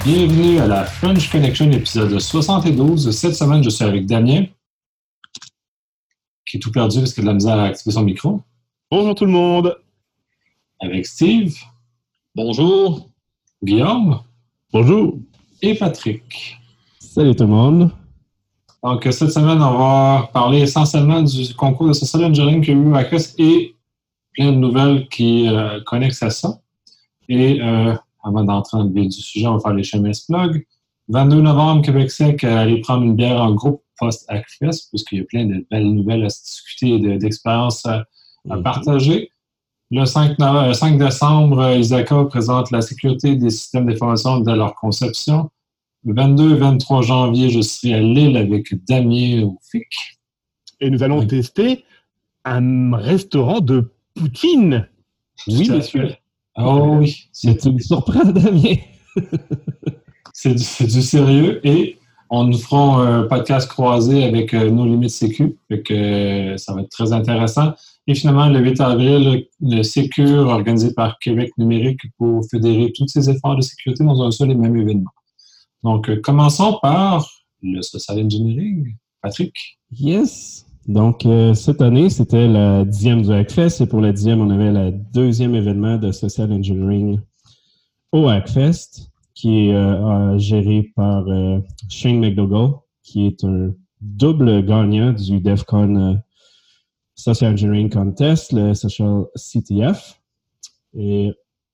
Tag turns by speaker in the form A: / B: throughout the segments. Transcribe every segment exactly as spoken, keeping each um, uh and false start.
A: Bienvenue à la French Connection, épisode soixante-douze. Cette semaine, je suis avec Damien, qui est tout perdu parce qu'il a de la misère à activer son micro.
B: Bonjour tout le monde.
A: Avec Steve.
C: Bonjour.
A: Guillaume.
B: Bonjour.
A: Et Patrick.
B: Salut tout le monde.
A: Donc, cette semaine, on va parler essentiellement du concours de Social Engineering qu'il y a eu à Crest et plein de nouvelles qui euh, connexent à ça. Et euh, avant d'entrer dans le vif du sujet, on va faire les chemins plug. vingt-deux novembre, Québec Sec, aller prendre une bière en groupe post-Hackfest, puisqu'il y a plein de belles nouvelles à se discuter et d'expériences à, à partager. Le cinq, cinq décembre, Isaka présente la sécurité des systèmes d'information de leur conception. Le vingt-deux et vingt-trois janvier, je serai à Lille avec Damien au F I C.
B: Et nous allons oui. tester un restaurant de poutine.
A: Oui, monsieur. Oh oui.
B: C'est une surprise, Damien.
A: c'est, du, c'est du sérieux. Et on nous fera un podcast croisé avec euh, nos limites sécu. Fait que euh, ça va être très intéressant. Et finalement, le huit avril, le Sécure organisé par Québec Numérique pour fédérer tous ces efforts de sécurité dans un seul et même événement. Donc, euh, commençons par le Social Engineering. Patrick?
B: Yes! Donc, euh, cette année, c'était la dixième du Hackfest. Et pour la dixième, on avait le deuxième événement de Social Engineering au Hackfest, qui est euh, géré par euh, Shane McDougall, qui est un double gagnant du DEFCON euh, Social Engineering Contest, le Social C T F. Et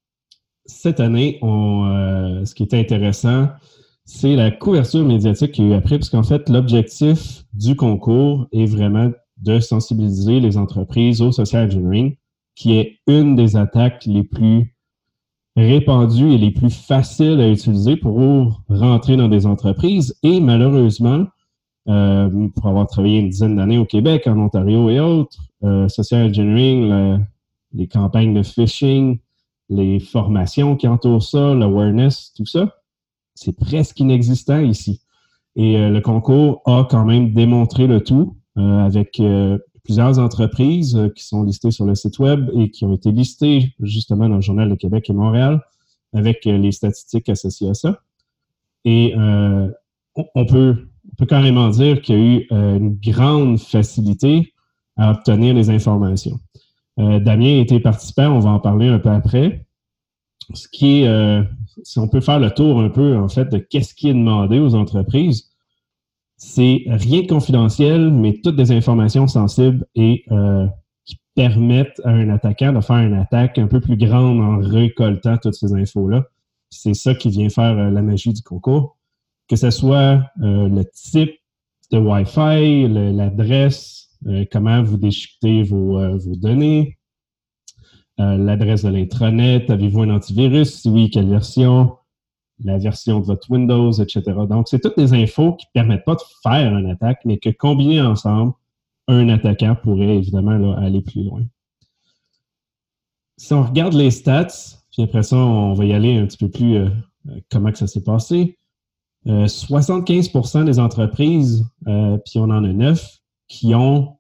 B: cette année, on, euh, ce qui était intéressant, c'est la couverture médiatique qu'il y a eu après, parce qu'en fait, l'objectif du concours est vraiment de sensibiliser les entreprises au social engineering, qui est une des attaques les plus répandues et les plus faciles à utiliser pour rentrer dans des entreprises. Et malheureusement, euh, pour avoir travaillé une dizaine d'années au Québec, en Ontario et autres, euh, social engineering, la, les campagnes de phishing, les formations qui entourent ça, l'awareness, tout ça, c'est presque inexistant ici. Et euh, le concours a quand même démontré le tout euh, avec euh, plusieurs entreprises euh, qui sont listées sur le site web et qui ont été listées justement dans le Journal de Québec et Montréal avec euh, les statistiques associées à ça. Et euh, on, on, peut, on peut carrément dire qu'il y a eu euh, une grande facilité à obtenir les informations. Euh, Damien était participant, on va en parler un peu après. Ce qui est, euh, si on peut faire le tour un peu, en fait, de qu'est-ce qui est demandé aux entreprises, c'est rien de confidentiel, mais toutes des informations sensibles et euh, qui permettent à un attaquant de faire une attaque un peu plus grande en récoltant toutes ces infos-là. C'est ça qui vient faire euh, la magie du concours. Que ce soit euh, le type de Wi-Fi, le, l'adresse, euh, comment vous déchiquetez vos, euh, vos données, Euh, l'adresse de l'intranet, avez-vous un antivirus? Si oui, quelle version? La version de votre Windows, et cetera. Donc, c'est toutes des infos qui ne permettent pas de faire une attaque, mais que combinés ensemble, un attaquant pourrait évidemment là, aller plus loin. Si on regarde les stats, puis après ça, on va y aller un petit peu plus euh, comment que ça s'est passé. Euh, soixante-quinze pour cent des entreprises, euh, puis on en a neuf, qui ont,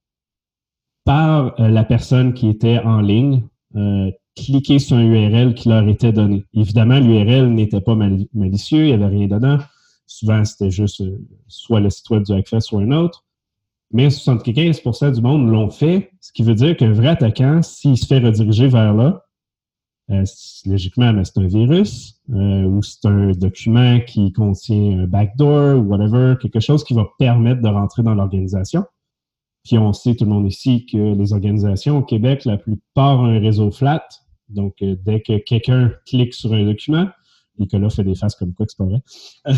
B: par euh, la personne qui était en ligne, Euh, cliquer sur un U R L qui leur était donné. Évidemment, l'U R L n'était pas mal- malicieux, il n'y avait rien dedans. Souvent, c'était juste euh, soit le site web du Hackfest, soit un autre. Mais soixante-quinze pour cent du monde l'ont fait, ce qui veut dire qu'un vrai attaquant, s'il se fait rediriger vers là, euh, logiquement, ben, c'est un virus euh, ou c'est un document qui contient un backdoor ou whatever, quelque chose qui va permettre de rentrer dans l'organisation. Puis on sait, tout le monde ici, que les organisations au Québec, la plupart ont un réseau flat. Donc, euh, dès que quelqu'un clique sur un document, Nicolas fait des faces comme quoi que c'est pas vrai.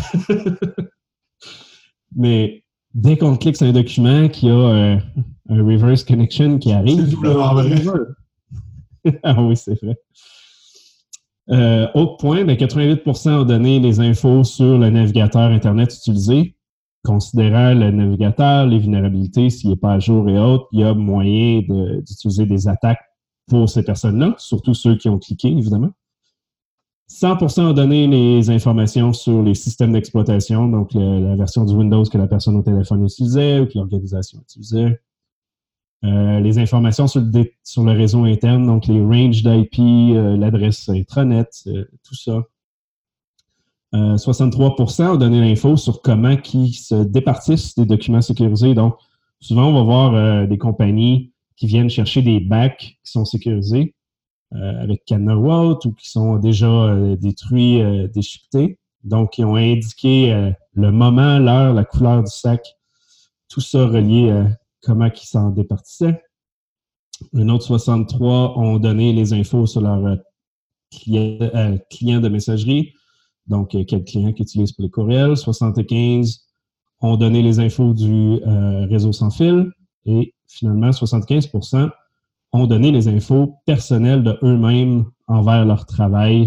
B: Mais dès qu'on clique sur un document qui a euh, un reverse connection qui arrive...
A: C'est doublement vrai.
B: Ah oui, c'est vrai. Euh, autre point, ben quatre-vingt-huit pour cent ont donné les infos sur le navigateur Internet utilisé. Considérant le navigateur, les vulnérabilités, s'il n'est pas à jour et autres, il y a moyen de, d'utiliser des attaques pour ces personnes-là, surtout ceux qui ont cliqué, évidemment. cent pour cent ont donné les informations sur les systèmes d'exploitation, donc le, la version du Windows que la personne au téléphone utilisait ou que l'organisation utilisait. Euh, les informations sur le, sur le réseau interne, donc les ranges d'I P, euh, l'adresse intranet, euh, tout ça. Euh, soixante-trois pour cent ont donné l'info sur comment ils se départissent des documents sécurisés. Donc, souvent, on va voir euh, des compagnies qui viennent chercher des bacs qui sont sécurisés euh, avec cadenas Vault ou qui sont déjà euh, détruits, euh, déchiquetés. Donc, ils ont indiqué euh, le moment, l'heure, la couleur du sac, tout ça relié à comment ils s'en départissaient. Un autre soixante-trois ont donné les infos sur leur euh, client, euh, client de messagerie. Donc, euh, quel client qu'ils utilisent pour les courriels. soixante-quinze ont donné les infos du euh, réseau sans fil. Et finalement, soixante-quinze pour cent ont donné les infos personnelles de eux-mêmes envers leur travail.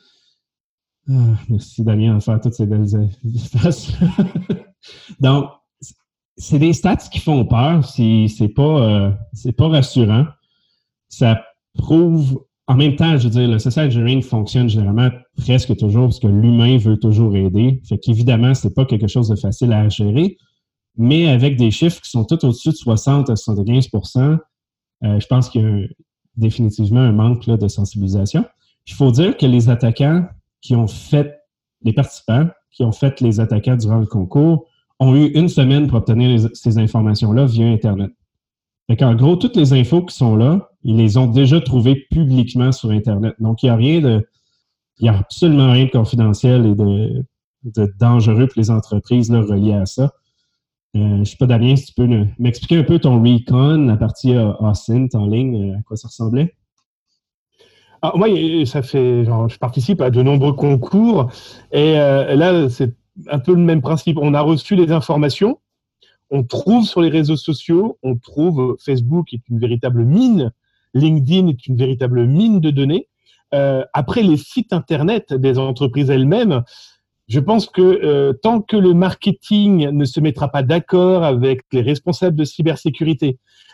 B: Ah, merci Damien de faire toutes ces belles effaces. Donc, c'est des stats qui font peur. C'est, c'est pas, euh, c'est pas rassurant. Ça prouve, en même temps, je veux dire, le social engineering fonctionne généralement presque toujours parce que l'humain veut toujours aider. Fait qu'évidemment, c'est pas quelque chose de facile à gérer, mais avec des chiffres qui sont tout au-dessus de soixante à soixante-quinze pour cent, euh, je pense qu'il y a un, définitivement un manque là, de sensibilisation. Il faut dire que les attaquants qui ont fait, les participants qui ont fait les attaquants durant le concours ont eu une semaine pour obtenir les, ces informations-là via Internet. Fait qu'en gros, toutes les infos qui sont là, ils les ont déjà trouvées publiquement sur Internet. Donc, il n'y a rien de, il n'y a absolument rien de confidentiel et de, de dangereux pour les entreprises là, reliées à ça. Euh, je ne sais pas, Damien, si tu peux ne, m'expliquer un peu ton recon, la partie euh, Ascent en ligne, à quoi ça ressemblait?
D: Alors, moi, ça fait, genre, je participe à de nombreux concours et euh, là, c'est un peu le même principe. On a reçu les informations, on trouve sur les réseaux sociaux, on trouve Facebook est une véritable mine, LinkedIn est une véritable mine de données. Euh, après, les sites Internet des entreprises elles-mêmes, je pense que euh, tant que le marketing ne se mettra pas d'accord avec les responsables de cybersécurité,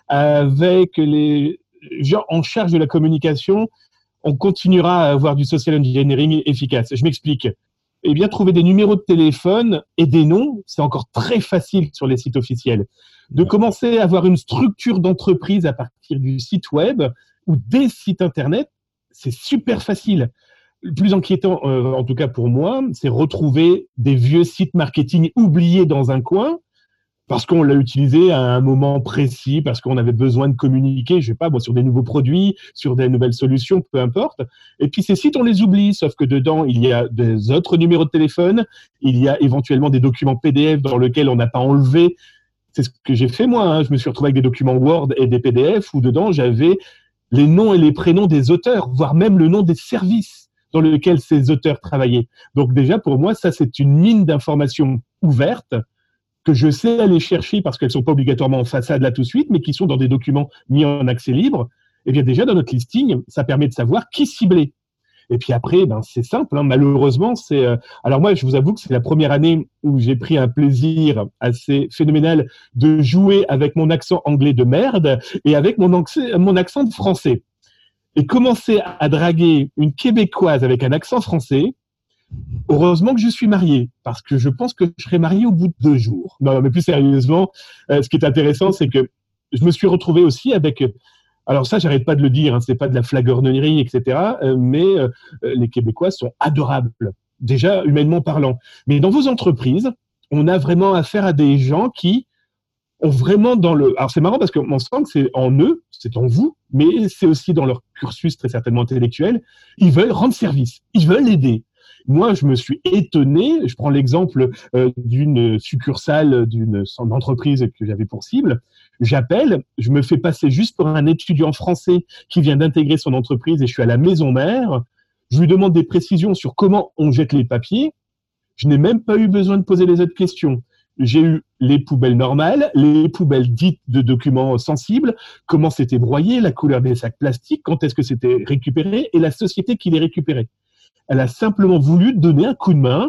D: avec les gens en charge de la communication, on continuera à avoir du social engineering efficace. Je m'explique. Eh bien, trouver des numéros de téléphone et des noms, c'est encore très facile sur les sites officiels. De commencer à avoir une structure d'entreprise à partir du site web ou des sites Internet, c'est super facile. Le plus inquiétant, euh, en tout cas pour moi, c'est retrouver des vieux sites marketing oubliés dans un coin parce qu'on l'a utilisé à un moment précis, parce qu'on avait besoin de communiquer, je sais pas, bon, sur des nouveaux produits, sur des nouvelles solutions, peu importe. Et puis ces sites, on les oublie, sauf que dedans, il y a des autres numéros de téléphone, il y a éventuellement des documents P D F dans lesquels on n'a pas enlevé. C'est ce que j'ai fait moi, hein. Je me suis retrouvé avec des documents Word et des P D F où dedans, j'avais les noms et les prénoms des auteurs, voire même le nom des services dans lesquels ces auteurs travaillaient. Donc déjà, pour moi, ça, c'est une mine d'informations ouvertes que je sais aller chercher parce qu'elles ne sont pas obligatoirement en façade là tout de suite, mais qui sont dans des documents mis en accès libre. Et bien déjà, dans notre listing, ça permet de savoir qui cibler. Et puis après, ben, c'est simple, hein, malheureusement. C'est, euh... Alors moi, je vous avoue que c'est la première année où j'ai pris un plaisir assez phénoménal de jouer avec mon accent anglais de merde et avec mon, accès, mon accent de français. Et commencer à draguer une Québécoise avec un accent français, heureusement que je suis marié, parce que je pense que je serai marié au bout de deux jours. Non, mais plus sérieusement, euh, ce qui est intéressant, c'est que je me suis retrouvé aussi avec... Alors ça, j'arrête pas de le dire, hein, c'est pas de la flagornerie, et cetera. Euh, mais euh, les Québécois sont adorables, déjà humainement parlant. Mais dans vos entreprises, on a vraiment affaire à des gens qui ont vraiment dans le... Alors c'est marrant parce qu'on sent que c'est en eux, c'est en vous, mais c'est aussi dans leur cursus très certainement intellectuel. Ils veulent rendre service, ils veulent aider. Moi, je me suis étonné. Je prends l'exemple euh, d'une succursale d'une entreprise que j'avais pour cible. J'appelle, je me fais passer juste pour un étudiant français qui vient d'intégrer son entreprise et je suis à la maison mère. Je lui demande des précisions sur comment on jette les papiers. Je n'ai même pas eu besoin de poser les autres questions. J'ai eu les poubelles normales, les poubelles dites de documents sensibles, comment c'était broyé, la couleur des sacs plastiques, quand est-ce que c'était récupéré et la société qui les récupérait. Elle a simplement voulu donner un coup de main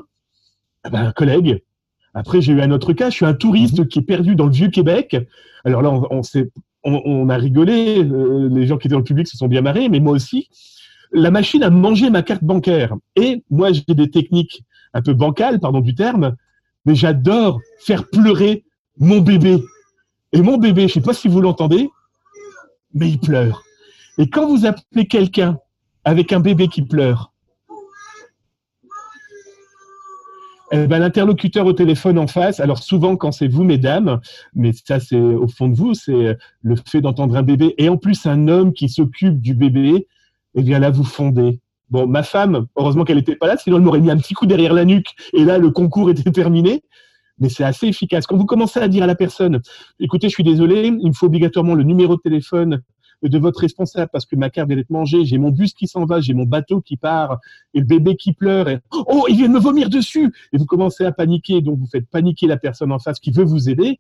D: à un collègue. Après, j'ai eu un autre cas. Je suis un touriste mmh. qui est perdu dans le Vieux-Québec. Alors là, on, on, s'est, on, on a rigolé. Euh, les gens qui étaient dans le public se sont bien marrés, mais moi aussi. La machine a mangé ma carte bancaire. Et moi, j'ai des techniques un peu bancales, pardon du terme, mais j'adore faire pleurer mon bébé. Et mon bébé, je ne sais pas si vous l'entendez, mais il pleure. Et quand vous appelez quelqu'un avec un bébé qui pleure, Eh ben, l'interlocuteur au téléphone en face, alors souvent quand c'est vous, mesdames, mais ça c'est au fond de vous, c'est le fait d'entendre un bébé, et en plus un homme qui s'occupe du bébé, eh bien là vous fondez. Bon, ma femme, heureusement qu'elle n'était pas là, sinon elle m'aurait mis un petit coup derrière la nuque, et là le concours était terminé. Mais c'est assez efficace. Quand vous commencez à dire à la personne, écoutez, je suis désolé, il me faut obligatoirement le numéro de téléphone de votre responsable parce que ma carte vient d'être mangée, j'ai mon bus qui s'en va, j'ai mon bateau qui part et le bébé qui pleure et oh, il vient de me vomir dessus et vous commencez à paniquer, donc vous faites paniquer la personne en face qui veut vous aider.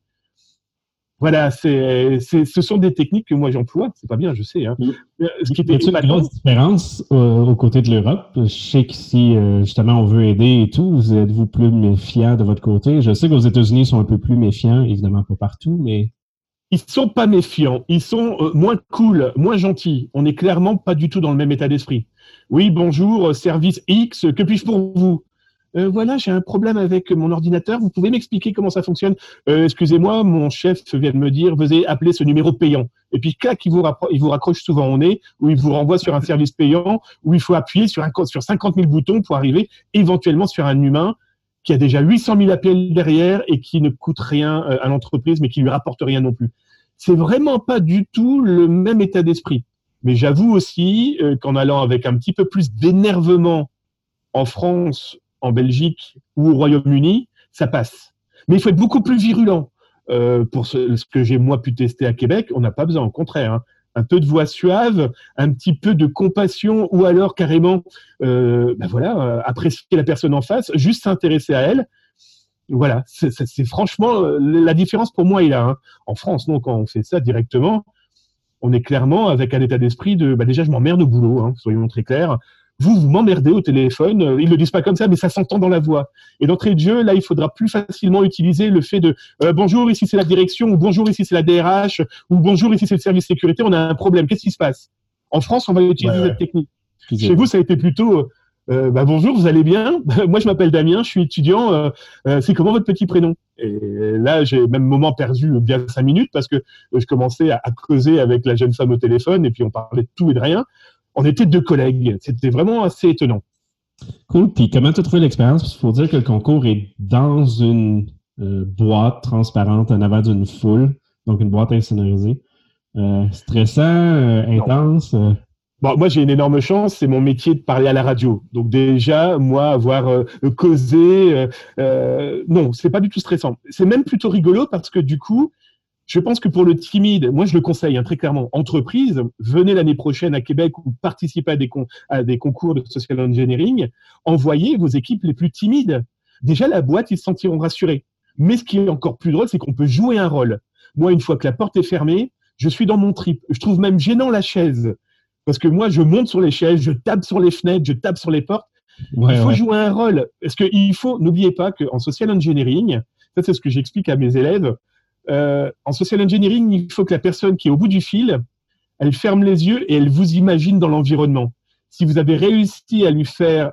D: Voilà, c'est, c'est, ce sont des techniques que moi j'emploie. C'est pas bien, je sais. Hein.
B: Oui.
D: Ce qui
B: était y a une grosse différence euh, aux côtés de l'Europe? Je sais que si euh, justement on veut aider et tout, vous êtes-vous plus méfiant de votre côté? Je sais qu'aux États-Unis, ils sont un peu plus méfiants, évidemment pas partout, mais...
D: Ils sont pas méfiants, ils sont euh, moins cool, moins gentils. On n'est clairement pas du tout dans le même état d'esprit. Oui, bonjour, service X, que puis-je pour vous? Euh, voilà, j'ai un problème avec mon ordinateur. Vous pouvez m'expliquer comment ça fonctionne? euh, Excusez-moi, mon chef vient de me dire, veuillez appeler ce numéro payant. Et puis, clac, il vous, rappro- il vous raccroche souvent au nez, ou il vous renvoie sur un service payant, où il faut appuyer sur, un, sur cinquante mille boutons pour arriver éventuellement sur un humain qui a déjà huit cent mille appels derrière et qui ne coûte rien à l'entreprise, mais qui lui rapporte rien non plus. C'est vraiment pas du tout le même état d'esprit. Mais j'avoue aussi euh, qu'en allant avec un petit peu plus d'énervement en France, en Belgique ou au Royaume-Uni, ça passe. Mais il faut être beaucoup plus virulent. Euh, pour ce, ce que j'ai moi pu tester à Québec, on n'a pas besoin, au contraire. Hein. Un peu de voix suave, un petit peu de compassion, ou alors carrément, euh, ben voilà, euh, apprécier la personne en face, juste s'intéresser à elle. Voilà, c'est, c'est, c'est franchement la différence pour moi est là. Hein. En France, non, quand on fait ça directement, on est clairement avec un état d'esprit de, bah déjà, je m'emmerde au boulot, hein, soyons très clairs. Vous, vous m'emmerdez au téléphone. Ils le disent pas comme ça, mais ça s'entend dans la voix. Et d'entrée de jeu, là, il faudra plus facilement utiliser le fait de euh, bonjour, ici c'est la direction, ou bonjour, ici c'est la D R H, ou bonjour, ici c'est le service sécurité. On a un problème. Qu'est-ce qui se passe? En France, on va utiliser ouais, cette ouais. technique. Chez vous, ça a été plutôt euh, bah, bonjour, vous allez bien? Moi, je m'appelle Damien, je suis étudiant. Euh, euh, c'est comment votre petit prénom? Et là, j'ai même moment perdu bien cinq minutes parce que je commençais à, à causer avec la jeune femme au téléphone et puis on parlait de tout et de rien. On était deux collègues. C'était vraiment assez étonnant.
B: Cool. Puis comment tu as trouvé l'expérience? Il faut dire que le concours est dans une euh, boîte transparente en avant d'une foule, donc une boîte insonorisée. Euh, stressant, euh, intense. Euh...
D: Bon, moi, j'ai une énorme chance. C'est mon métier de parler à la radio. Donc déjà, moi, avoir euh, causé, euh, euh, non, c'est pas du tout stressant. C'est même plutôt rigolo parce que du coup, je pense que pour le timide, moi je le conseille hein, très clairement, entreprise, venez l'année prochaine à Québec ou participez à des, con- à des concours de social engineering, envoyez vos équipes les plus timides. Déjà, la boîte, ils se sentiront rassurés. Mais ce qui est encore plus drôle, c'est qu'on peut jouer un rôle. Moi, une fois que la porte est fermée, je suis dans mon trip. Je trouve même gênant la chaise. Parce que moi, je monte sur les chaises, je tape sur les fenêtres, je tape sur les portes. Ouais, il faut ouais. jouer un rôle. Parce qu'il faut, n'oubliez pas qu'en social engineering, ça c'est ce que j'explique à mes élèves, Euh, en social engineering, il faut que la personne qui est au bout du fil, elle ferme les yeux et elle vous imagine dans l'environnement. Si vous avez réussi à lui faire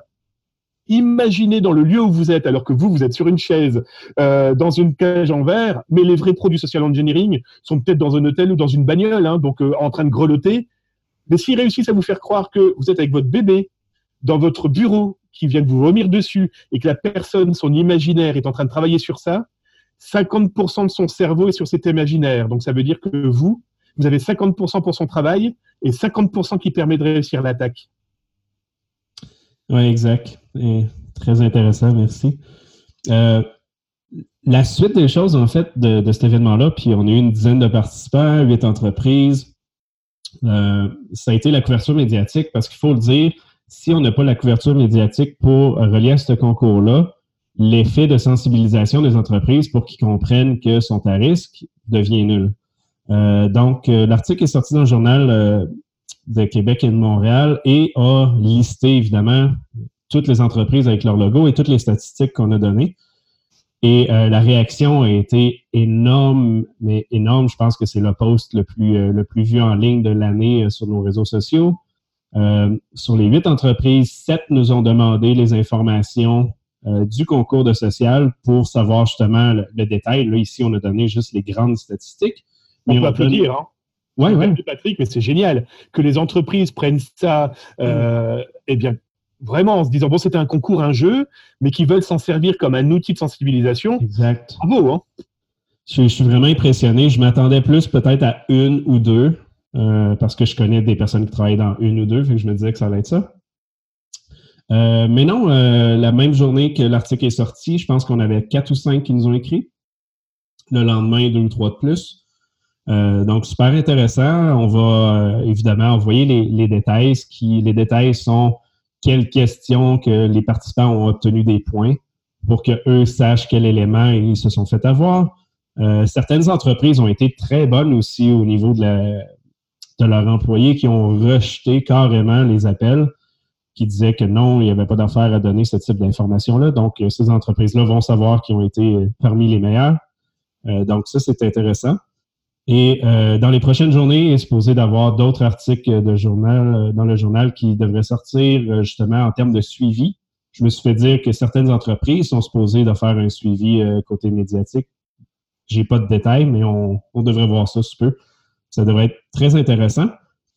D: imaginer dans le lieu où vous êtes, alors que vous, vous êtes sur une chaise, euh, dans une cage en verre, mais les vrais pros du social engineering sont peut-être dans un hôtel ou dans une bagnole, hein, donc euh, en train de grelotter. Mais s'ils réussissent à vous faire croire que vous êtes avec votre bébé dans votre bureau qui vient de vous vomir dessus et que la personne, son imaginaire, est en train de travailler sur ça, cinquante pour cent de son cerveau est sur cet imaginaire. Donc, ça veut dire que vous, vous avez cinquante pour cent pour son travail et cinquante pour cent qui permet de réussir l'attaque.
B: Oui, exact. Et très intéressant, merci. Euh, la suite des choses, en fait, de, de cet événement-là, puis on a eu une dizaine de participants, huit entreprises. Euh, ça a été la couverture médiatique parce qu'il faut le dire, si on n'a pas la couverture médiatique pour relier à ce concours-là, l'effet de sensibilisation des entreprises pour qu'ils comprennent que sont à risque devient nul. Euh, donc, euh, l'article est sorti dans le journal euh, de Québec et de Montréal et a listé, évidemment, toutes les entreprises avec leur logo et toutes les statistiques qu'on a données. Et euh, la réaction a été énorme, mais énorme. Je pense que c'est le post le plus, euh, le plus vu en ligne de l'année euh, sur nos réseaux sociaux. Euh, sur les huit entreprises, sept nous ont demandé les informations Euh, du concours de social pour savoir justement le, le détail. Là, ici, on a donné juste les grandes statistiques.
D: Mais on peut applaudir, donne... hein?
B: Oui, oui.
D: Patrick, mais c'est génial que les entreprises prennent ça, euh, mm. eh bien, vraiment en se disant, bon, c'était un concours, un jeu, mais qui veulent s'en servir comme un outil de sensibilisation.
B: Exact.
D: Bravo, hein?
B: Je, je suis vraiment impressionné. Je m'attendais plus peut-être à une ou deux, euh, parce que je connais des personnes qui travaillent dans une ou deux, fait que je me disais que ça allait être ça. Euh, mais non, euh, la même journée que l'article est sorti, je pense qu'on avait quatre ou cinq qui nous ont écrit. Le lendemain, deux ou trois de plus. Euh, donc, super intéressant. On va euh, évidemment envoyer les, les détails. Ce qui, les détails sont quelles questions que les participants ont obtenu des points pour qu'eux sachent quel élément ils se sont fait avoir. Euh, certaines entreprises ont été très bonnes aussi au niveau de, la, de leurs employés qui ont rejeté carrément les appels, qui disaient que non, il n'y avait pas d'affaire à donner ce type d'informations-là. Donc, euh, ces entreprises-là vont savoir qu'ils ont été parmi les meilleurs. Euh, donc, ça, c'est intéressant. Et euh, dans les prochaines journées, il est supposé d'avoir d'autres articles de journal, euh, dans le journal qui devraient sortir euh, justement en termes de suivi. Je me suis fait dire que certaines entreprises sont supposées de faire un suivi euh, côté médiatique. J'ai pas de détails, mais on, on devrait voir ça sous peu. Ça devrait être très intéressant.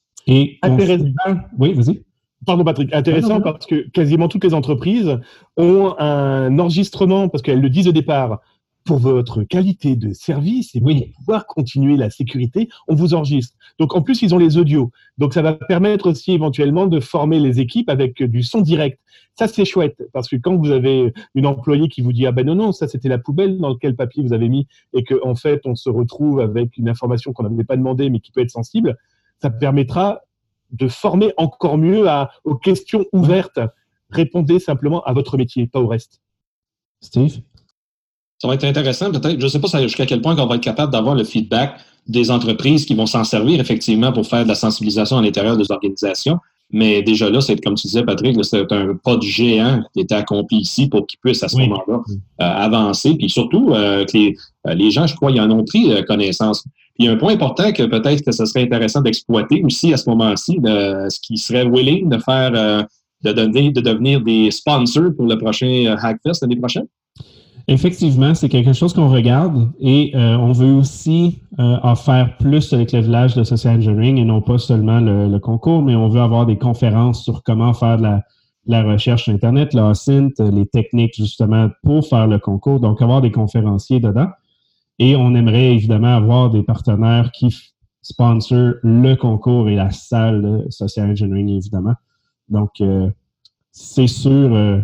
B: Et
D: Intéressant.
B: Oui, vas-y.
D: Pardon Patrick, intéressant ah non, non. Parce que quasiment toutes les entreprises ont un enregistrement, parce qu'elles le disent au départ, pour votre qualité de service et oui. pour pouvoir continuer la sécurité, on vous enregistre. Donc en plus, ils ont les audios. Donc ça va permettre aussi éventuellement de former les équipes avec du son direct. Ça, c'est chouette, parce que quand vous avez une employée qui vous dit « Ah ben non, non, ça c'était la poubelle dans lequel papier vous avez mis » et qu'en fait, on se retrouve avec une information qu'on n'avait pas demandé mais qui peut être sensible, ça permettra de former encore mieux à, aux questions ouvertes. Répondez simplement à votre métier, pas au reste.
B: Steve?
C: Ça va être intéressant, peut-être. Je ne sais pas jusqu'à quel point on va être capable d'avoir le feedback des entreprises qui vont s'en servir effectivement pour faire de la sensibilisation à l'intérieur des organisations. Mais déjà là, c'est comme tu disais, Patrick, là, c'est un pas de géant qui était accompli ici pour qu'ils puissent à ce oui. moment-là euh, avancer. Puis surtout, euh, que les, euh, les gens, je crois, ils en ont pris euh, connaissance. Puis il y a un point important que peut-être que ce serait intéressant d'exploiter aussi à ce moment-ci, de, ce qui serait willing de faire, euh, de, devenir, de devenir des sponsors pour le prochain Hackfest l'année prochaine.
B: Effectivement, c'est quelque chose qu'on regarde et euh, on veut aussi euh, en faire plus avec le village de Social Engineering et non pas seulement le, le concours, mais on veut avoir des conférences sur comment faire de la, la recherche sur Internet, l'A S I N T, les techniques justement pour faire le concours, donc avoir des conférenciers dedans. Et on aimerait évidemment avoir des partenaires qui sponsorent le concours et la salle de Social Engineering, évidemment. Donc, euh, c'est sûr... Euh,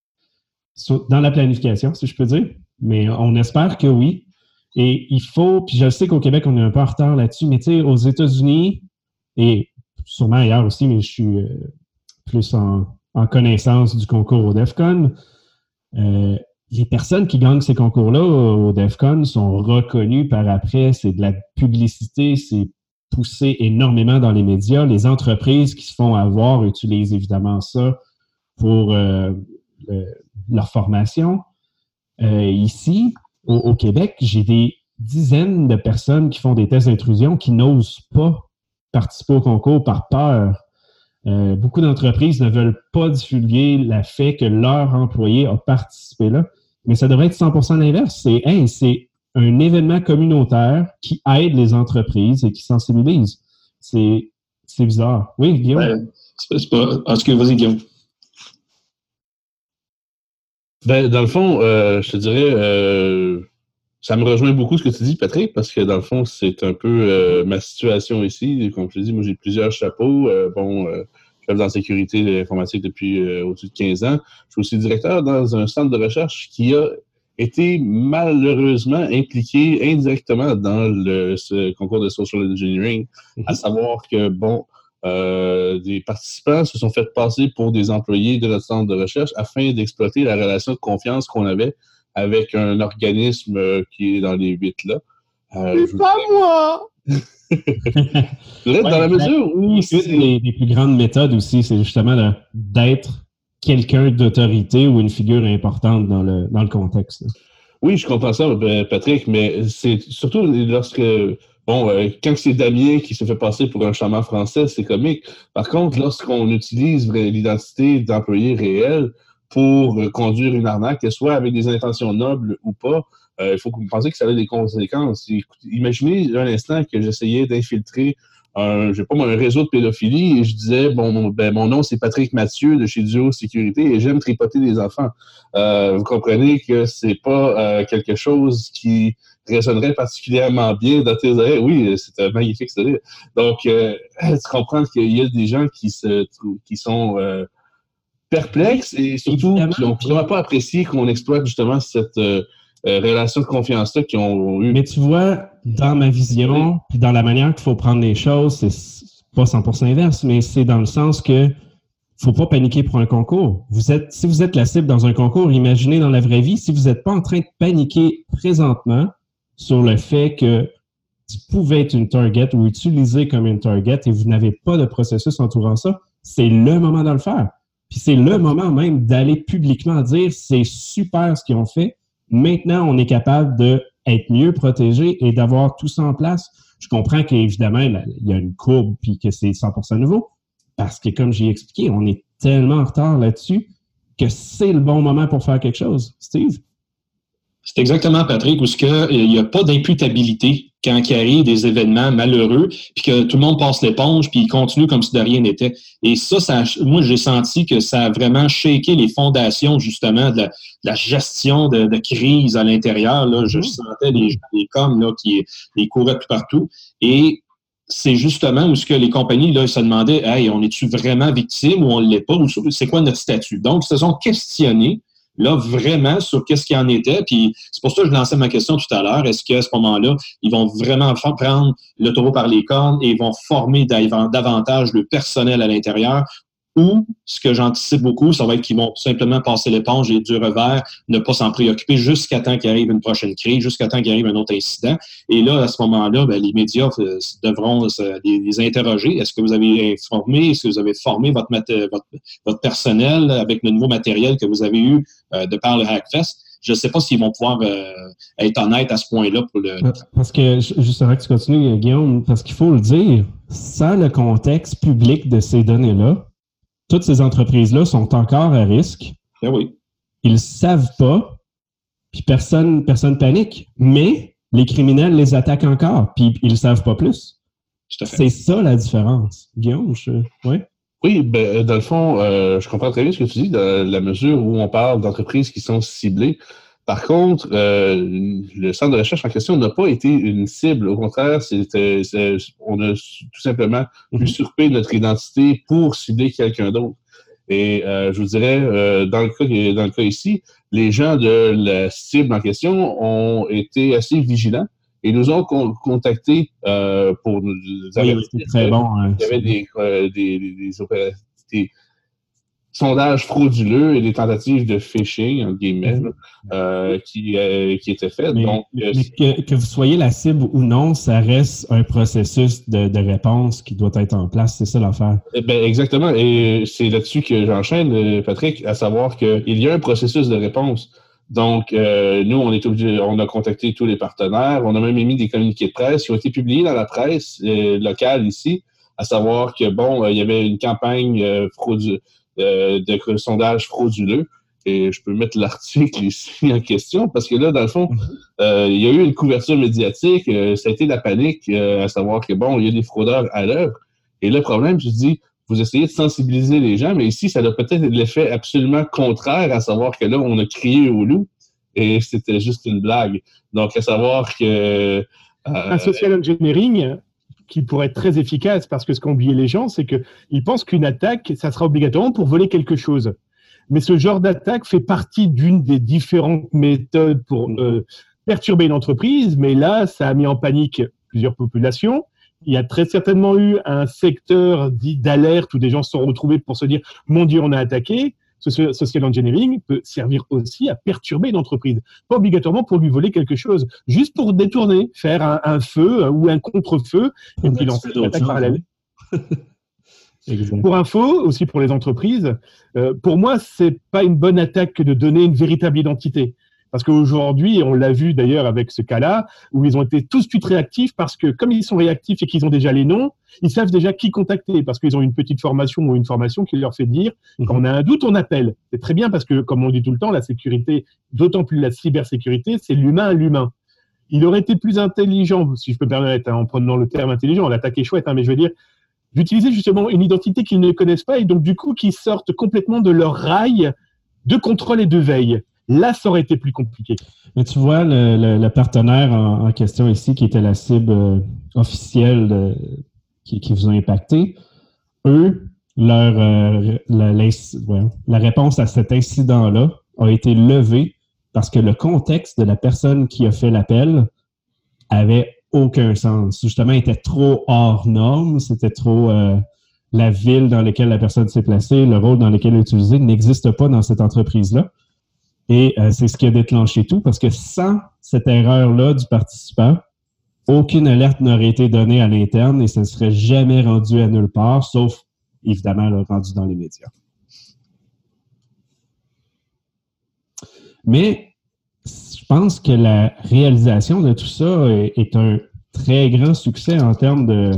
B: dans la planification, si je peux dire, mais on espère que oui. Et il faut, puis je sais qu'au Québec, on est un peu en retard là-dessus, mais tu sais, aux États-Unis, et sûrement ailleurs aussi, mais je suis euh, plus en, en connaissance du concours au DEFCON, euh, les personnes qui gagnent ces concours-là au DEFCON sont reconnues par après, c'est de la publicité, c'est poussé énormément dans les médias. Les entreprises qui se font avoir utilisent évidemment ça pour euh, le, leur formation. Euh, ici, au, au Québec, j'ai des dizaines de personnes qui font des tests d'intrusion qui n'osent pas participer au concours par peur. Euh, beaucoup d'entreprises ne veulent pas divulguer le fait que leur employé a participé là, mais ça devrait être cent pour cent l'inverse. C'est, hey, c'est un événement communautaire qui aide les entreprises et qui sensibilise. C'est, c'est bizarre. Oui, Guillaume?
C: Ouais, c'est, c'est pas... Est-ce que vas-y, Guillaume?
E: Ben, dans le fond, euh, je te dirais, euh, ça me rejoint beaucoup ce que tu dis, Patrick, parce que dans le fond, c'est un peu euh, ma situation ici. Comme je te dis, moi, j'ai plusieurs chapeaux. Euh, bon, euh, je suis dans la sécurité de l'informatique depuis euh, au-dessus de quinze ans. Je suis aussi directeur dans un centre de recherche qui a été malheureusement impliqué indirectement dans le, ce concours de social engineering, mm-hmm. à savoir que, bon, Euh, des participants se sont fait passer pour des employés de notre centre de recherche afin d'exploiter la relation de confiance qu'on avait avec un organisme euh, qui est dans les huit là.
D: Euh, c'est pas voudrais... moi!
B: ouais,
E: dans la mesure où...
B: Une des, des plus grandes méthodes aussi, c'est justement de, d'être quelqu'un d'autorité ou une figure importante dans le, dans le contexte.
E: Oui, je comprends ça, Patrick, mais c'est surtout lorsque... Bon, euh, quand c'est Damien qui se fait passer pour un chaman français, c'est comique. Par contre, lorsqu'on utilise l'identité d'employé réel pour euh, conduire une arnaque, que ce soit avec des intentions nobles ou pas, euh, il faut penser que ça a des conséquences. Écoutez, imaginez un instant que j'essayais d'infiltrer un, j'ai pas moi, un réseau de pédophilie et je disais, bon, mon, ben, mon nom, c'est Patrick Mathieu de chez Duo Sécurité et j'aime tripoter des enfants. Euh, vous comprenez que c'est pas euh, quelque chose qui résonnerait particulièrement bien dans tes oreilles. Oui, c'est un magnifique sourire. Donc, euh, tu comprends qu'il y a des gens qui, se, qui sont euh, perplexes et surtout Évidemment. qui n'ont vraiment pas apprécié qu'on exploite justement cette euh, euh, relation de confiance-là qu'ils ont eu.
B: Mais tu vois, dans ma vision, puis dans la manière qu'il faut prendre les choses, c'est pas cent pour cent inverse, mais c'est dans le sens que faut pas paniquer pour un concours. Vous êtes, si vous êtes la cible dans un concours, imaginez dans la vraie vie, si vous n'êtes pas en train de paniquer présentement sur le fait que tu pouvais être une target ou utilisé comme une target et vous n'avez pas de processus entourant ça, c'est le moment de le faire. Puis c'est le moment même d'aller publiquement dire c'est super ce qu'ils ont fait. Maintenant, on est capable d'être mieux protégé et d'avoir tout ça en place. Je comprends qu'évidemment, il y a une courbe puis que c'est cent pour cent nouveau parce que, comme j'ai expliqué, on est tellement en retard là-dessus que c'est le bon moment pour faire quelque chose. Steve?
C: C'est exactement, Patrick, où il n'y a pas d'imputabilité quand il arrive des événements malheureux, puis que tout le monde passe l'éponge, puis il continue comme si de rien n'était. Et ça, ça moi, j'ai senti que ça a vraiment shaké les fondations, justement, de la, de la gestion de, de crise à l'intérieur. Là. Je, je sentais les gens, les coms, là, qui les couraient tout partout. Et c'est justement où ce que les compagnies là, ils se demandaient, hey, on est-tu vraiment victime ou on ne l'est pas, ou c'est quoi notre statut? Donc, ils se sont questionnés là, vraiment, sur qu'est-ce qu'il en était. Puis c'est pour ça que je lançais ma question tout à l'heure. Est-ce qu'à ce moment-là, ils vont vraiment prendre le taureau par les cornes et ils vont former davantage le personnel à l'intérieur? Ou, ce que j'anticipe beaucoup, ça va être qu'ils vont simplement passer l'éponge et du revers, ne pas s'en préoccuper jusqu'à temps qu'il arrive une prochaine crise, jusqu'à temps qu'il arrive un autre incident. Et là, à ce moment-là, ben, les médias euh, devront euh, les, les interroger. Est-ce que vous avez informé, est-ce que vous avez formé votre, votre, votre personnel avec le nouveau matériel que vous avez eu euh, de par le Hackfest? Je ne sais pas s'ils vont pouvoir euh, être honnêtes à ce point-là pour le...
B: Parce que, justement, que tu continues, Guillaume, parce qu'il faut le dire, sans le contexte public de ces données-là, toutes ces entreprises-là sont encore à risque.
C: Ben oui.
B: Ils ne savent pas, puis personne personne panique, mais les criminels les attaquent encore, puis ils ne savent pas plus.
C: Tout à fait.
B: C'est ça la différence. Guillaume, je... ouais.
E: Oui, ben, dans le fond, euh, je comprends très bien ce que tu dis, dans la mesure où on parle d'entreprises qui sont ciblées. Par contre, euh, le centre de recherche en question n'a pas été une cible. Au contraire, c'était, c'est, on a tout simplement usurpé notre identité pour cibler quelqu'un d'autre. Et euh, je vous dirais, euh, dans le cas, dans le cas ici, les gens de la cible en question ont été assez vigilants et nous ont con- contactés euh, pour nous
B: avertir. Oui, c'est très bon. Hein,
E: il y avait des, euh, des, des, des opérations. Sondages frauduleux et des tentatives de phishing, entre guillemets, mmh. euh, qui, euh, qui étaient faites.
B: Mais,
E: Donc,
B: mais que, que vous soyez la cible ou non, ça reste un processus de, de réponse qui doit être en place. C'est ça l'affaire.
E: Ben, exactement. Et c'est là-dessus que j'enchaîne, Patrick, à savoir qu'il y a un processus de réponse. Donc, euh, nous, on est obligé, on a contacté tous les partenaires. On a même émis des communiqués de presse qui ont été publiés dans la presse euh, locale ici, à savoir que, bon, euh, il y avait une campagne euh, frauduleuse. De, de sondage frauduleux. Et je peux mettre l'article ici en question parce que là, dans le fond, euh, il y a eu une couverture médiatique, euh, ça a été la panique, euh, à savoir que, bon, il y a des fraudeurs à l'œuvre. Et le problème, je dis, vous essayez de sensibiliser les gens, mais ici, ça a peut-être l'effet absolument contraire, à savoir que là, on a crié au loup et c'était juste une blague. Donc, à savoir que... Euh,
D: un social engineering qui pourrait être très efficace, parce que ce qu'ont oublié les gens, c'est qu'ils pensent qu'une attaque, ça sera obligatoirement pour voler quelque chose. Mais ce genre d'attaque fait partie d'une des différentes méthodes pour euh, perturber une entreprise, mais là, ça a mis en panique plusieurs populations. Il y a très certainement eu un secteur dit d'alerte où des gens se sont retrouvés pour se dire « Mon Dieu, on a attaqué ». Ce social engineering peut servir aussi à perturber une entreprise. Pas obligatoirement pour lui voler quelque chose, juste pour détourner, faire un, un feu ou un contre-feu et puis lancer une attaque parallèle. Pour info, aussi pour les entreprises, euh, pour moi, c'est pas une bonne attaque que de donner une véritable identité. Parce qu'aujourd'hui, on l'a vu d'ailleurs avec ce cas-là, où ils ont été tous suite réactifs parce que comme ils sont réactifs et qu'ils ont déjà les noms, ils savent déjà qui contacter parce qu'ils ont une petite formation ou une formation qui leur fait dire mmh. quand on a un doute, on appelle. C'est très bien parce que, comme on dit tout le temps, la sécurité, d'autant plus la cybersécurité, c'est l'humain à l'humain. il aurait été plus intelligent, si je peux me permettre, hein, en prenant le terme intelligent, l'attaque est chouette, hein, mais je veux dire, d'utiliser justement une identité qu'ils ne connaissent pas et donc du coup qu'ils sortent complètement de leur rail de contrôle et de veille. Là, ça aurait été plus compliqué.
B: Mais tu vois, le, le, le partenaire en, en question ici, qui était la cible euh, officielle de, qui, qui vous a impacté, eux, leur, euh, la, la, ouais, la réponse à cet incident-là a été levée parce que le contexte de la personne qui a fait l'appel avait aucun sens. Justement, il était trop hors norme, c'était trop... Euh, la ville dans laquelle la personne s'est placée, le rôle dans lequel elle est utilisée n'existe pas dans cette entreprise-là. Et euh, c'est ce qui a déclenché tout, parce que sans cette erreur-là du participant, aucune alerte n'aurait été donnée à l'interne et ça ne serait jamais rendu à nulle part, sauf, évidemment, là, rendu dans les médias. Mais je pense que la réalisation de tout ça est, est un très grand succès en termes de,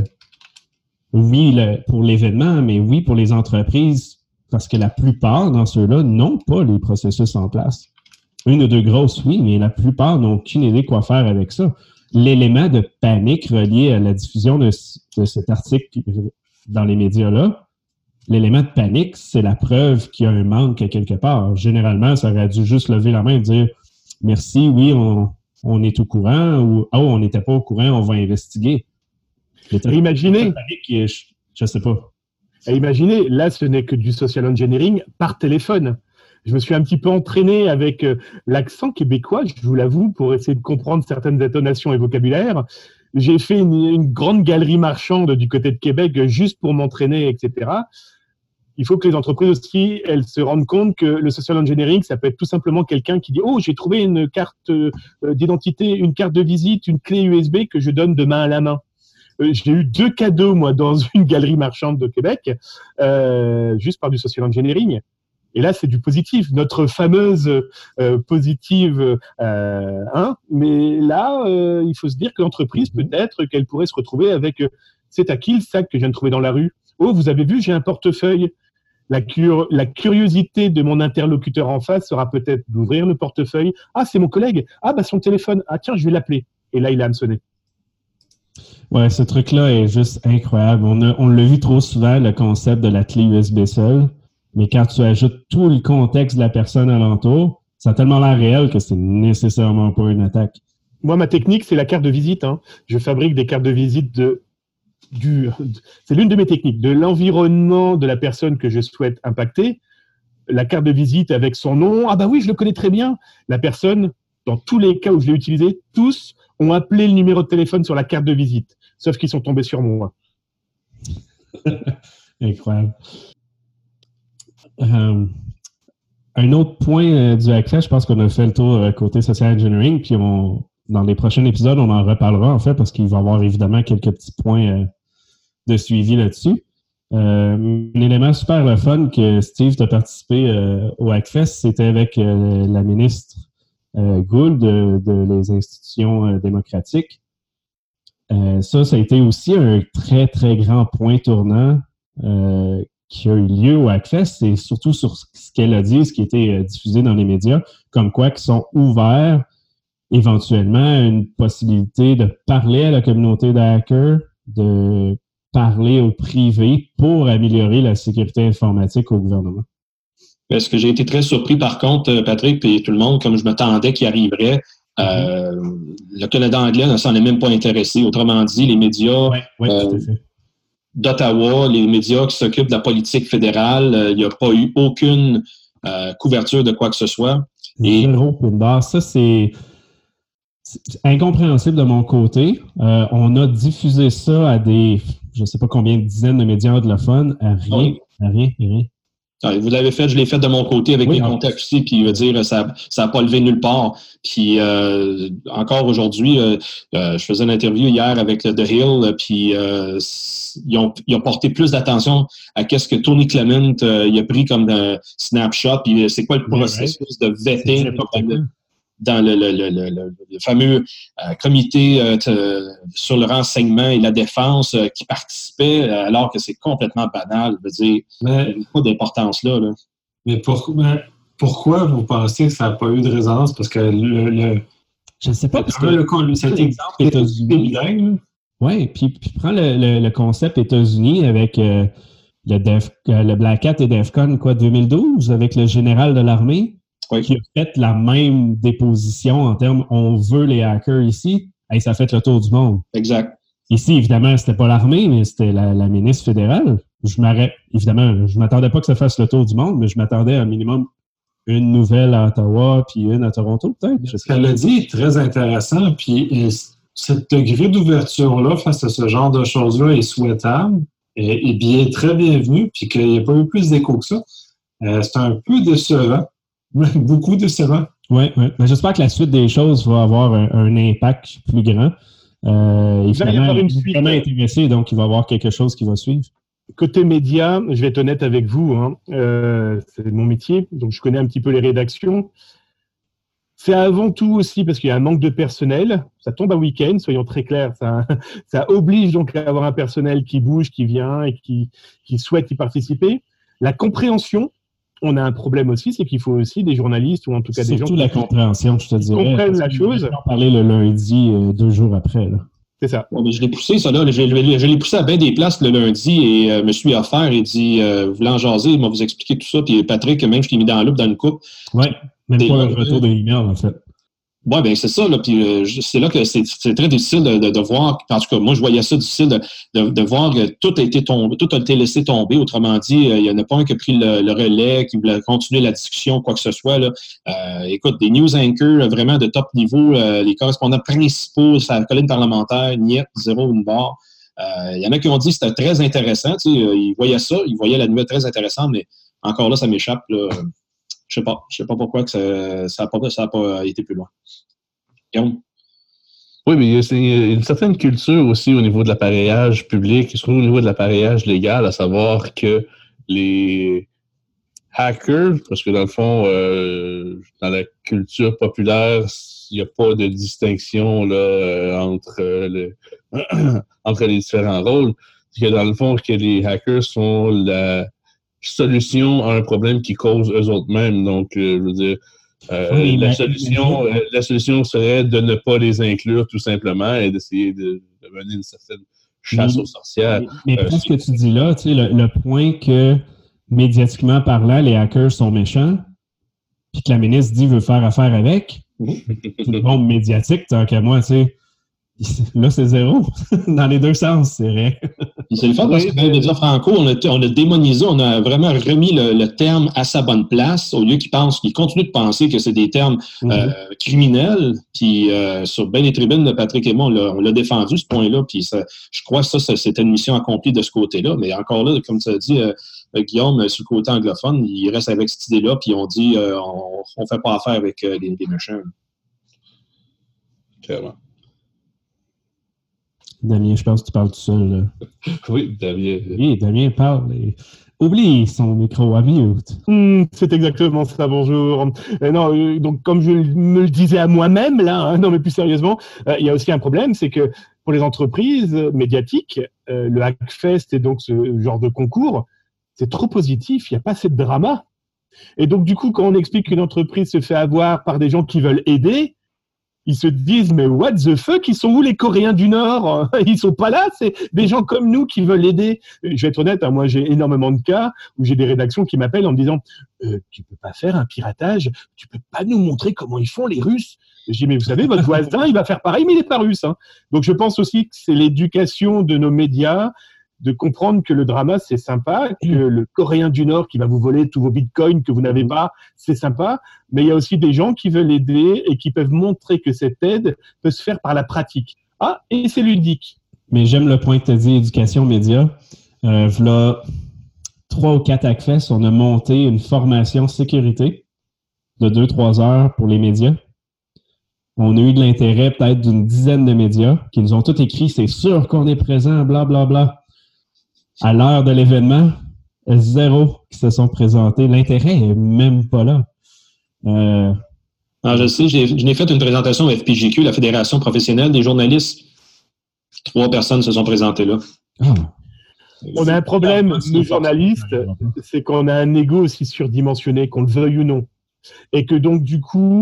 B: oui, le, pour l'événement, mais oui, pour les entreprises, parce que la plupart dans ceux-là n'ont pas les processus en place. Une ou deux grosses, oui, mais la plupart n'ont aucune idée quoi faire avec ça. L'élément de panique relié à la diffusion de, de cet article dans les médias-là, l'élément de panique, c'est la preuve qu'il y a un manque à quelque part. Généralement, ça aurait dû juste lever la main et dire « Merci, oui, on, on est au courant » ou « Oh, on n'était pas au courant, on va investiguer ».
D: Imaginez,
B: je, je sais pas.
D: Et imaginez, là, ce n'est que du social engineering par téléphone. Je me suis un petit peu entraîné avec euh, l'accent québécois, je vous l'avoue, pour essayer de comprendre certaines intonations et vocabulaires. J'ai fait une, une grande galerie marchande du côté de Québec juste pour m'entraîner, et cetera. Il faut que les entreprises aussi, elles se rendent compte que le social engineering, ça peut être tout simplement quelqu'un qui dit « Oh, j'ai trouvé une carte euh, d'identité, une carte de visite, une clé U S B que je donne de main à la main. » J'ai eu deux cadeaux, moi, dans une galerie marchande de Québec, euh, juste par du social engineering. Et là, c'est du positif, notre fameuse euh, positive euh, hein. Mais là, euh, il faut se dire que l'entreprise, peut-être qu'elle pourrait se retrouver avec euh, « C'est à qui le sac que je viens de trouver dans la rue ? Oh, vous avez vu, j'ai un portefeuille. » La, cur- la curiosité de mon interlocuteur en face sera peut-être d'ouvrir le portefeuille. « Ah, c'est mon collègue. Ah, bah son téléphone. Ah, tiens, je vais l'appeler. » Et là, il a hameçonné.
B: Ouais, ce truc-là est juste incroyable. On, a, on l'a vu trop souvent, le concept de la clé U S B seule, mais quand tu ajoutes tout le contexte de la personne alentour, ça a tellement l'air réel que c'est nécessairement pas une attaque.
D: Moi, ma technique, c'est la carte de visite. Hein. Je fabrique des cartes de visite de, du, c'est l'une de mes techniques, de l'environnement de la personne que je souhaite impacter. La carte de visite avec son nom. Ah bah oui, je le connais très bien. La personne, dans tous les cas où je l'ai utilisé, tous ont appelé le numéro de téléphone sur la carte de visite. Sauf qu'ils sont tombés sur moi.
B: Incroyable. Euh, un autre point euh, du Hackfest, je pense qu'on a fait le tour euh, côté social engineering, puis on, dans les prochains épisodes, on en reparlera en fait, parce qu'il va y avoir évidemment quelques petits points euh, de suivi là-dessus. Euh, un élément super le fun que Steve t'a participé euh, au Hackfest, c'était avec euh, la ministre euh, Gould de, de les institutions euh, démocratiques. Euh, ça, ça a été aussi un très, très grand point tournant euh, qui a eu lieu au Hackfest, et surtout sur ce qu'elle a dit, ce qui a été euh, diffusé dans les médias, comme quoi qu'ils sont ouverts éventuellement à une possibilité de parler à la communauté de hackers, de parler au privé pour améliorer la sécurité informatique au gouvernement.
C: Est-ce que j'ai été très surpris, par contre, Patrick, et tout le monde, comme je m'attendais qu'il arriverait, euh, le Canada anglais ne s'en est même pas intéressé. Autrement dit, les médias
B: ouais, ouais,
C: euh, d'Ottawa, les médias qui s'occupent de la politique fédérale, euh, il n'y a pas eu aucune euh, couverture de quoi que ce soit.
B: Et zéro point barre. Ça, c'est, c'est incompréhensible de mon côté. Euh, on a diffusé ça à des, je ne sais pas combien de dizaines de médias anglophones, à rien, oui. à rien, à rien.
C: Ah, vous l'avez fait, je l'ai fait de mon côté avec oui, mes contacts aussi, puis veut dire ça ça n'a pas levé nulle part. Puis euh, encore aujourd'hui, euh, euh, je faisais une interview hier avec The Hill, puis euh, ils, ont, ils ont porté plus d'attention à qu'est-ce que Tony Clement euh, il a pris comme un snapshot, puis c'est quoi le processus oui, de vetting dans le, le, le, le, le fameux euh, comité euh, t- sur le renseignement et la défense euh, qui participait, euh, alors que c'est complètement banal. Je veux dire, mais, il n'y a pas d'importance là. là.
A: Mais, pour, mais pourquoi vous pensez que ça n'a pas eu de résonance? Parce que le, le,
B: Je ne sais pas, parce que
A: le, le, cet exemple États-Unis.
B: Oui, puis, puis prends le, le, le concept États-Unis avec euh, le, Def, euh, le Black Hat et DEFCON, quoi, deux mille douze, avec le général de l'armée, oui. qui a fait la même déposition en termes « on veut les hackers ici », et ça a fait le tour du monde.
C: Exact.
B: Ici, évidemment, c'était pas l'armée, mais c'était la, la ministre fédérale. Je m'arrête, évidemment, je m'attendais pas que ça fasse le tour du monde, mais je m'attendais à un minimum une nouvelle à Ottawa, puis une à Toronto, peut-être.
A: Ce qu'elle a dit est très intéressant, puis ce degré d'ouverture-là face à ce genre de choses-là est souhaitable, et, et bien très bienvenu, puis qu'il n'y a pas eu plus d'écho que ça. Euh, c'est un peu décevant, beaucoup décevant.
B: Oui, oui. Ben, j'espère que la suite des choses va avoir un, un impact plus grand. Euh, évidemment, il est vraiment intéressé, donc il va y avoir quelque chose qui va suivre.
D: Côté média, je vais être honnête avec vous, hein, euh, c'est mon métier, donc je connais un petit peu les rédactions. C'est avant tout aussi parce qu'il y a un manque de personnel. Ça tombe à week-end, soyons très clairs. Ça, ça oblige donc à avoir un personnel qui bouge, qui vient et qui, qui souhaite y participer. La compréhension, on a un problème aussi, c'est qu'il faut aussi des journalistes ou en tout cas des gens...
B: Surtout la compréhension, je te dirais.
D: Qui comprennent la chose.
B: On va en parler le lundi, euh, deux jours après, là.
D: C'est ça.
C: Bon, mais je l'ai poussé, ça, là. Je, je, je l'ai poussé à bien des places le lundi et euh, me suis offert et dit, euh, vous voulez en jaser, il m'a vous expliquer tout ça. Puis Patrick, même, je t'ai mis dans la loupe dans une coupe.
B: Oui, même pas un retour de l'email, en fait.
C: Oui, bien, c'est ça. Là, puis euh, c'est là que c'est, c'est très difficile de, de, de voir. En tout cas, moi, je voyais ça difficile de, de, de voir que tout a été tombé, tout a été laissé tomber. Autrement dit, euh, il n'y en a pas un qui a pris le, le relais, qui voulait continuer la discussion, quoi que ce soit. Là. Euh, écoute, des news anchors vraiment de top niveau, euh, les correspondants principaux, sa colline parlementaire, niet, zéro, une barre. Euh, il y en a qui ont dit que c'était très intéressant. Tu sais, ils voyaient ça, ils voyaient la nouvelle très intéressante, mais encore là, ça m'échappe. Là. Je sais pas. Je sais pas pourquoi que ça n'a pas, ça a pas été plus loin. Guillaume?
E: Oui, mais il y a une certaine culture aussi au niveau de l'appareillage public, surtout au niveau de l'appareillage légal, à savoir que les hackers, parce que dans le fond, euh, dans la culture populaire, il n'y a pas de distinction là, euh, entre, euh, le, entre les différents rôles. C'est que dans le fond, que les hackers sont la solution à un problème qui cause eux autres mêmes. Donc, euh, je veux dire, euh, oui, la, solution, euh, la solution serait de ne pas les inclure tout simplement et d'essayer de, de mener une certaine chasse
B: mais,
E: aux sorcières.
B: Mais, mais euh, ce que tu dis là, tu sais, le, le point que, médiatiquement parlant, les hackers sont méchants, puis que la ministre dit veut faire affaire avec, tout le monde médiatique, tant qu'à moi, tu sais, là, c'est zéro. Dans les deux sens, c'est vrai.
C: C'est le fait parce que dans les médias franco, on a, on a démonisé, on a vraiment remis le, le terme à sa bonne place, au lieu qu'ils pensent, qu'ils continuent de penser que c'est des termes mm-hmm. euh, criminels. Puis euh, sur bien les tribunes de Patrick et moi, on l'a, on l'a défendu, ce point-là. Puis ça, je crois que ça, ça, c'était une mission accomplie de ce côté-là. Mais encore là, comme tu as dit, euh, Guillaume, sur le côté anglophone, il reste avec cette idée-là, puis on dit euh, on ne fait pas affaire avec euh, les, les méchants.
E: Clairement.
B: Damien, je pense que tu parles tout seul. Là.
E: Oui, Damien.
B: Oui, Damien parle. Et... Oublie son micro à mute.
D: Mmh, c'est exactement ça, bonjour. Euh, non, euh, donc, comme je me le disais à moi-même, là, hein, non, mais plus sérieusement, euh, il y a aussi un problème, c'est que pour les entreprises médiatiques, euh, le Hackfest et donc ce genre de concours, c'est trop positif, il n'y a pas assez de drama. Et donc, du coup, quand on explique qu'une entreprise se fait avoir par des gens qui veulent aider, ils se disent, mais what the fuck, ils sont où les Coréens du Nord? Ils sont pas là, c'est des gens comme nous qui veulent aider. Je vais être honnête, hein, moi j'ai énormément de cas où j'ai des rédactions qui m'appellent en me disant, euh, tu peux pas faire un piratage, tu peux pas nous montrer comment ils font les Russes. Je dis, mais vous savez, votre voisin, il va faire pareil, mais il n'est pas russe. Hein. Donc je pense aussi que c'est l'éducation de nos médias, de comprendre que le drama, c'est sympa, que le Coréen du Nord qui va vous voler tous vos bitcoins que vous n'avez pas, c'est sympa, mais il y a aussi des gens qui veulent aider et qui peuvent montrer que cette aide peut se faire par la pratique. Ah, et c'est ludique.
B: Mais j'aime le point que tu as dit, éducation média. Euh, voilà trois ou quatre Hackfest, on a monté une formation sécurité de deux, trois heures pour les médias. On a eu de l'intérêt peut-être d'une dizaine de médias qui nous ont tous écrit « C'est sûr qu'on est présent, blablabla. Bla, bla. » À l'heure de l'événement, zéro qui se sont présentés. L'intérêt n'est même pas là. Euh...
C: Alors, je sais, j'ai, je n'ai fait une présentation au F P J Q, la Fédération professionnelle des journalistes. Trois personnes se sont présentées là.
B: Ah.
D: On a un problème, nous journalistes, c'est qu'on a un ego aussi surdimensionné, qu'on le veuille ou non. Et que donc, du coup,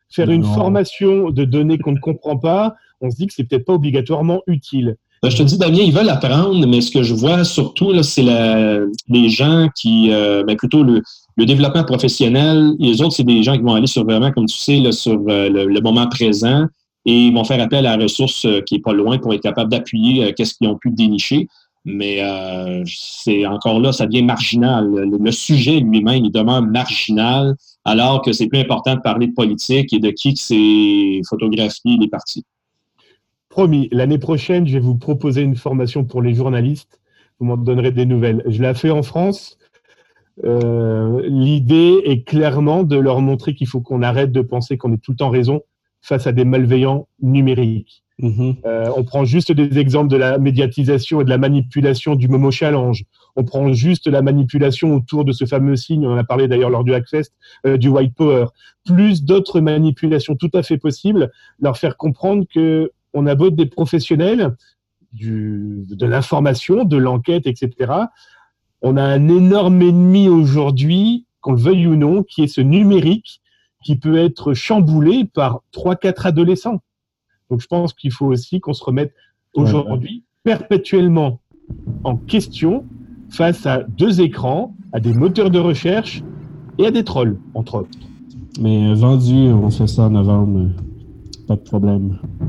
D: Faire une
B: Non.
D: formation de données qu'on ne comprend pas, on se dit que c'est peut-être pas obligatoirement utile.
C: Ben, je te dis, Damien, ils veulent apprendre, mais ce que je vois surtout, là, c'est la, les gens qui, euh, ben, plutôt le, le développement professionnel. Et les autres, c'est des gens qui vont aller sur vraiment, comme tu sais, là, sur euh, le, le moment présent et ils vont faire appel à la ressource euh, qui est pas loin pour être capable d'appuyer euh, qu'est-ce qu'ils ont pu dénicher. Mais euh, c'est encore là, ça devient marginal. Le, le sujet lui-même, il demeure marginal, alors que c'est plus important de parler de politique et de qui que c'est photographié les partis.
D: Promis, l'année prochaine, je vais vous proposer une formation pour les journalistes. Vous m'en donnerez des nouvelles. Je l'ai fait en France. Euh, l'idée est clairement de leur montrer qu'il faut qu'on arrête de penser qu'on est tout le temps raison face à des malveillants numériques.
B: Mm-hmm.
D: Euh, on prend juste des exemples de la médiatisation et de la manipulation du Momo Challenge. On prend juste la manipulation autour de ce fameux signe, on en a parlé d'ailleurs lors du Hackfest, euh, du White Power. Plus d'autres manipulations tout à fait possibles, leur faire comprendre que on a beau être des professionnels du, de l'information, de l'enquête, et cetera. On a un énorme ennemi aujourd'hui, qu'on le veuille ou non, qui est ce numérique qui peut être chamboulé par trois quatre adolescents. Donc je pense qu'il faut aussi qu'on se remette aujourd'hui perpétuellement en question face à deux écrans, à des moteurs de recherche et à des trolls, entre autres.
B: Mais euh, vendu, on fait ça en novembre, pas de problème.